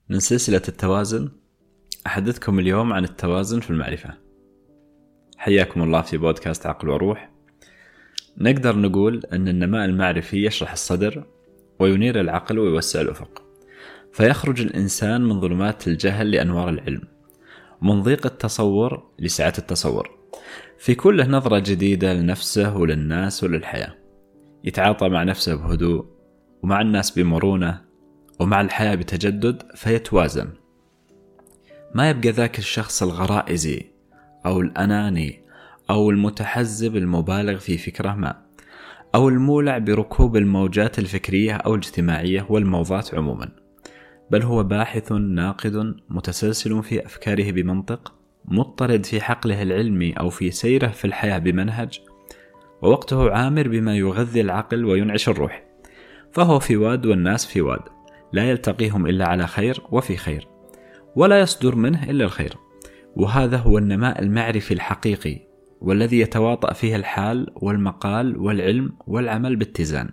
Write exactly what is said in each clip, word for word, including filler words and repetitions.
من سلسلة التوازن. أحدثكم اليوم عن التوازن في المعرفة. حياكم الله في بودكاست عقل وروح. نقدر نقول أن النماء المعرفي يشرح الصدر وينير العقل ويوسع الأفق، فيخرج الإنسان من ظلمات الجهل لأنوار العلم، ومن ضيق التصور لسعة التصور، في كله نظرة جديدة لنفسه وللناس وللحياة. يتعاطى مع نفسه بهدوء، ومع الناس بمرونة، ومع الحياة بتجدد، فيتوازن. ما يبقى ذاك الشخص الغرائزي أو الأناني أو المتحزب المبالغ في فكره ما، أو المولع بركوب الموجات الفكرية أو الاجتماعية والموضات عموما، بل هو باحث ناقد متسلسل في أفكاره بمنطق، مضطرد في حقله العلمي أو في سيره في الحياة بمنهج، ووقته عامر بما يغذي العقل وينعش الروح. فهو في واد والناس في واد، لا يلتقيهم إلا على خير وفي خير، ولا يصدر منه إلا الخير. وهذا هو النماء المعرفي الحقيقي، والذي يتواطأ فيه الحال والمقال والعلم والعمل باتزان.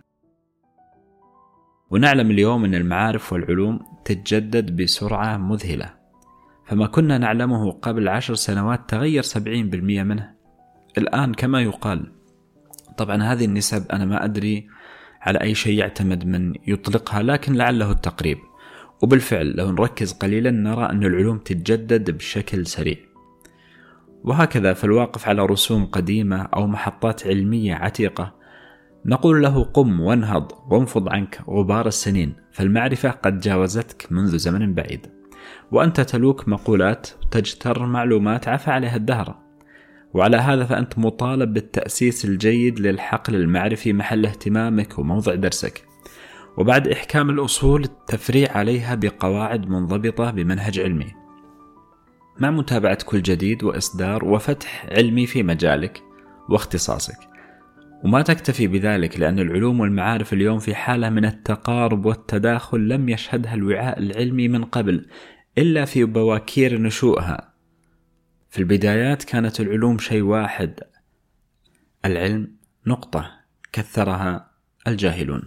ونعلم اليوم أن المعارف والعلوم تتجدد بسرعة مذهلة، فما كنا نعلمه قبل عشر سنوات تغير سبعين بالمئة منه الآن كما يقال. طبعا هذه النسب أنا ما أدري على أي شيء يعتمد من يطلقها، لكن لعله التقريب. وبالفعل لو نركز قليلا نرى أن العلوم تتجدد بشكل سريع. وهكذا فالواقف على رسوم قديمة أو محطات علمية عتيقة نقول له قم وانهض وانفض عنك غبار السنين، فالمعرفة قد جاوزتك منذ زمن بعيد، وأنت تلوك مقولات تجتر معلومات عفى عليها الدهر. وعلى هذا فأنت مطالب بالتأسيس الجيد للحقل المعرفي محل اهتمامك وموضع درسك، وبعد إحكام الأصول التفريع عليها بقواعد منضبطة بمنهج علمي، مع متابعة كل جديد وإصدار وفتح علمي في مجالك واختصاصك. وما تكتفي بذلك، لأن العلوم والمعارف اليوم في حالة من التقارب والتداخل لم يشهدها الوعاء العلمي من قبل إلا في بواكير نشوئها. في البدايات كانت العلوم شيء واحد، العلم نقطة كثرها الجاهلون.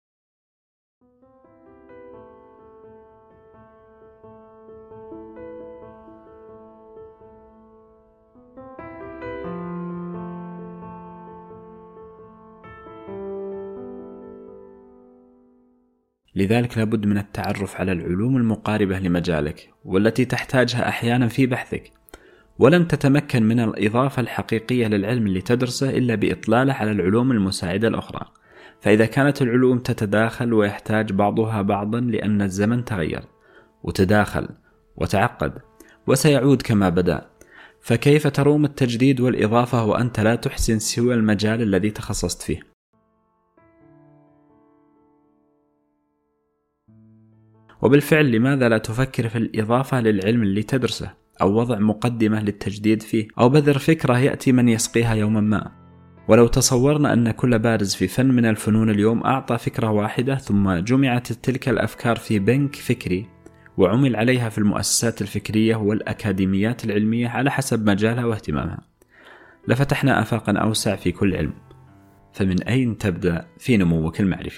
لذلك لابد من التعرف على العلوم المقاربة لمجالك والتي تحتاجها أحيانا في بحثك، ولن تتمكن من الإضافة الحقيقية للعلم اللي تدرسه إلا بإطلاله على العلوم المساعدة الأخرى. فإذا كانت العلوم تتداخل ويحتاج بعضها بعضا لأن الزمن تغير وتداخل وتعقد وسيعود كما بدأ، فكيف تروم التجديد والإضافة وأنت لا تحسن سوى المجال الذي تخصصت فيه؟ وبالفعل لماذا لا تفكر في الإضافة للعلم اللي تدرسه، أو وضع مقدمة للتجديد فيه، أو بذر فكرة يأتي من يسقيها يوما ما؟ ولو تصورنا أن كل بارز في فن من الفنون اليوم أعطى فكرة واحدة، ثم جمعت تلك الأفكار في بنك فكري وعمل عليها في المؤسسات الفكرية والأكاديميات العلمية على حسب مجالها واهتمامها، لفتحنا آفاقا أوسع في كل علم. فمن أين تبدأ في نموك المعرفي؟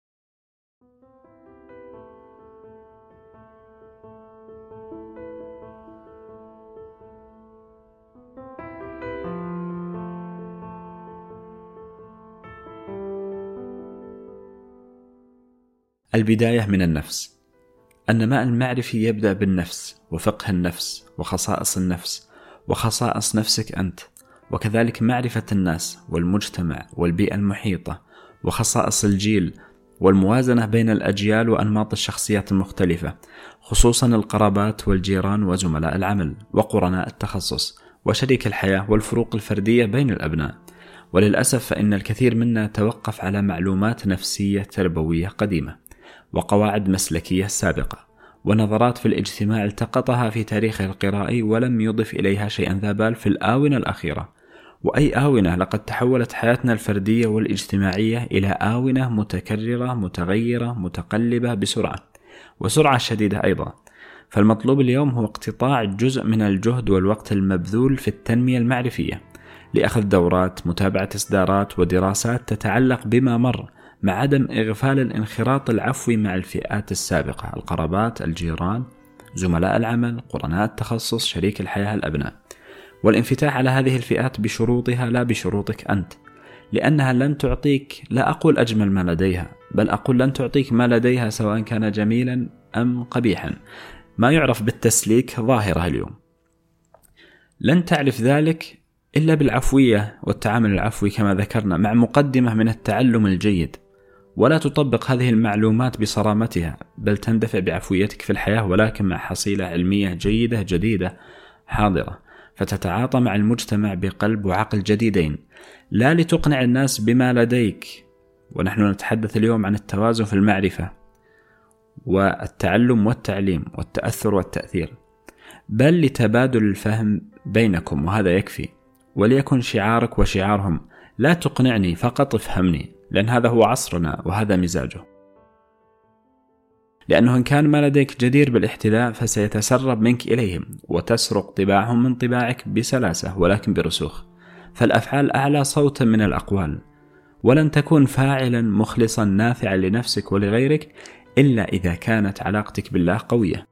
البداية من النفس. النماء المعرفي يبدأ بالنفس وفقه النفس وخصائص النفس وخصائص نفسك أنت، وكذلك معرفة الناس والمجتمع والبيئة المحيطة وخصائص الجيل، والموازنة بين الأجيال وأنماط الشخصيات المختلفة، خصوصا القرابات والجيران وزملاء العمل وقرناء التخصص وشريك الحياة، والفروق الفردية بين الأبناء. وللأسف فإن الكثير منا توقف على معلومات نفسية تربوية قديمة وقواعد مسلكية سابقة ونظرات في الاجتماع التقطها في تاريخه القرائي، ولم يضف إليها شيئا ذا بال في الآونة الأخيرة. وأي آونة، لقد تحولت حياتنا الفردية والاجتماعية إلى آونة متكررة متغيرة متقلبة بسرعة، وسرعة شديدة أيضا. فالمطلوب اليوم هو اقتطاع جزء من الجهد والوقت المبذول في التنمية المعرفية، لأخذ دورات، متابعة إصدارات ودراسات تتعلق بما مر، مع عدم إغفال الانخراط العفوي مع الفئات السابقة، القرابات، الجيران زملاء العمل، قرناء التخصص، شريك الحياة، الأبناء. والانفتاح على هذه الفئات بشروطها لا بشروطك أنت، لأنها لن تعطيك، لا أقول أجمل ما لديها، بل أقول لن تعطيك ما لديها سواء كان جميلا أم قبيحا، ما يعرف بالتسليك ظاهرة اليوم. لن تعرف ذلك إلا بالعفوية والتعامل العفوي كما ذكرنا، مع مقدمة من التعلم الجيد، ولا تطبق هذه المعلومات بصرامتها، بل تندفع بعفويتك في الحياة، ولكن مع حصيلة علمية جيدة جديدة حاضرة، فتتعاطى مع المجتمع بقلب وعقل جديدين، لا لتقنع الناس بما لديك. ونحن نتحدث اليوم عن التوازن في المعرفة والتعلم والتعليم والتأثر والتأثير، بل لتبادل الفهم بينكم، وهذا يكفي. وليكن شعارك وشعارهم: لا تقنعني، فقط افهمني، لأن هذا هو عصرنا وهذا مزاجه. لأنه إن كان ما لديك جدير بالاحتذاء فسيتسرب منك إليهم، وتسرق طباعهم من طباعك بسلاسة ولكن برسوخ. فالأفعال أعلى صوتا من الأقوال، ولن تكون فاعلا مخلصا نافعا لنفسك ولغيرك إلا إذا كانت علاقتك بالله قوية.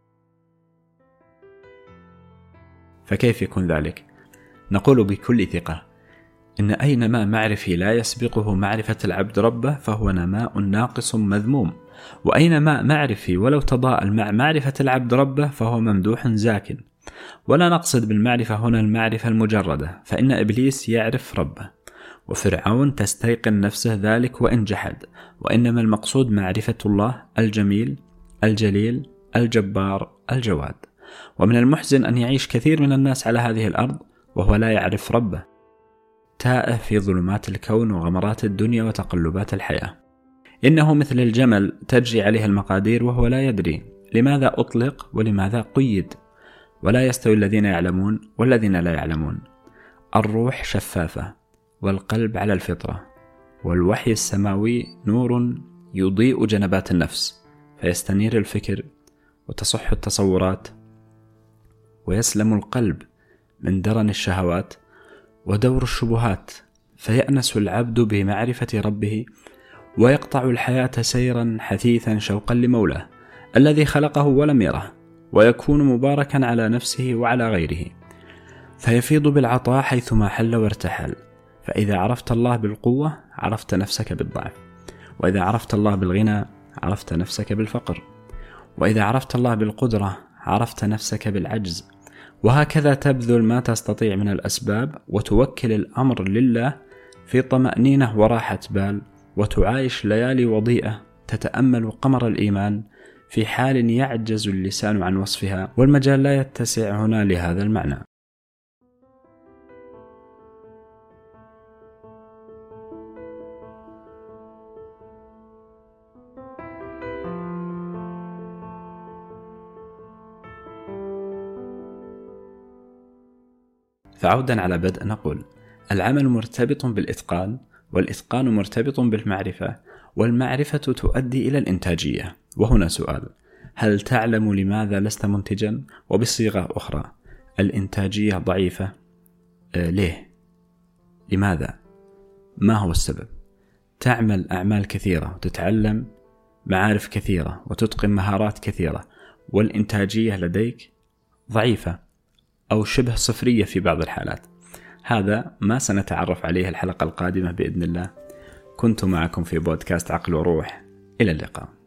فكيف يكون ذلك؟ نقول بكل ثقة إن أي نماء معرفي لا يسبقه معرفة العبد ربه فهو نماء ناقص مذموم، وأي نماء معرفي ولو تضاءل مع معرفة العبد ربه فهو ممدوح زاك. ولا نقصد بالمعرفة هنا المعرفة المجردة، فإن إبليس يعرف ربه، وفرعون تستيقن نفسه ذلك وإن جحد، وإنما المقصود معرفة الله الجميل الجليل الجبار الجواد. ومن المحزن أن يعيش كثير من الناس على هذه الأرض وهو لا يعرف ربه، تائه في ظلمات الكون وغمرات الدنيا وتقلبات الحياة. إنه مثل الجمل تجري عليه المقادير وهو لا يدري لماذا أطلق ولماذا قيد. ولا يستوي الذين يعلمون والذين لا يعلمون. الروح شفافة، والقلب على الفطرة، والوحي السماوي نور يضيء جنبات النفس، فيستنير الفكر وتصح التصورات، ويسلم القلب من درن الشهوات ودور الشبهات، فيأنس العبد بمعرفة ربه، ويقطع الحياة سيرا حثيثا شوقا لمولاه الذي خلقه ولم يره، ويكون مباركا على نفسه وعلى غيره، فيفيض بالعطاء حيثما حل وارتحل. فإذا عرفت الله بالقوة عرفت نفسك بالضعف، وإذا عرفت الله بالغنى عرفت نفسك بالفقر، وإذا عرفت الله بالقدرة عرفت نفسك بالعجز، وهكذا تبذل ما تستطيع من الأسباب، وتوكل الأمر لله في طمأنينة وراحة بال، وتعايش ليالي وضيئة تتأمل قمر الإيمان في حال يعجز اللسان عن وصفها، والمجال لا يتسع هنا لهذا المعنى. فعودا على بدء نقول: العمل مرتبط بالإتقان، والإتقان مرتبط بالمعرفة، والمعرفة تؤدي إلى الإنتاجية. وهنا سؤال: هل تعلم لماذا لست منتجا؟ وبصيغة أخرى: الإنتاجية ضعيفة، آه ليه؟ لماذا؟ ما هو السبب؟ تعمل أعمال كثيرة وتتعلم معارف كثيرة وتتقن مهارات كثيرة، والإنتاجية لديك ضعيفة أو شبه صفرية في بعض الحالات. هذا ما سنتعرف عليه الحلقة القادمة بإذن الله. كنت معكم في بودكاست عقل وروح، إلى اللقاء.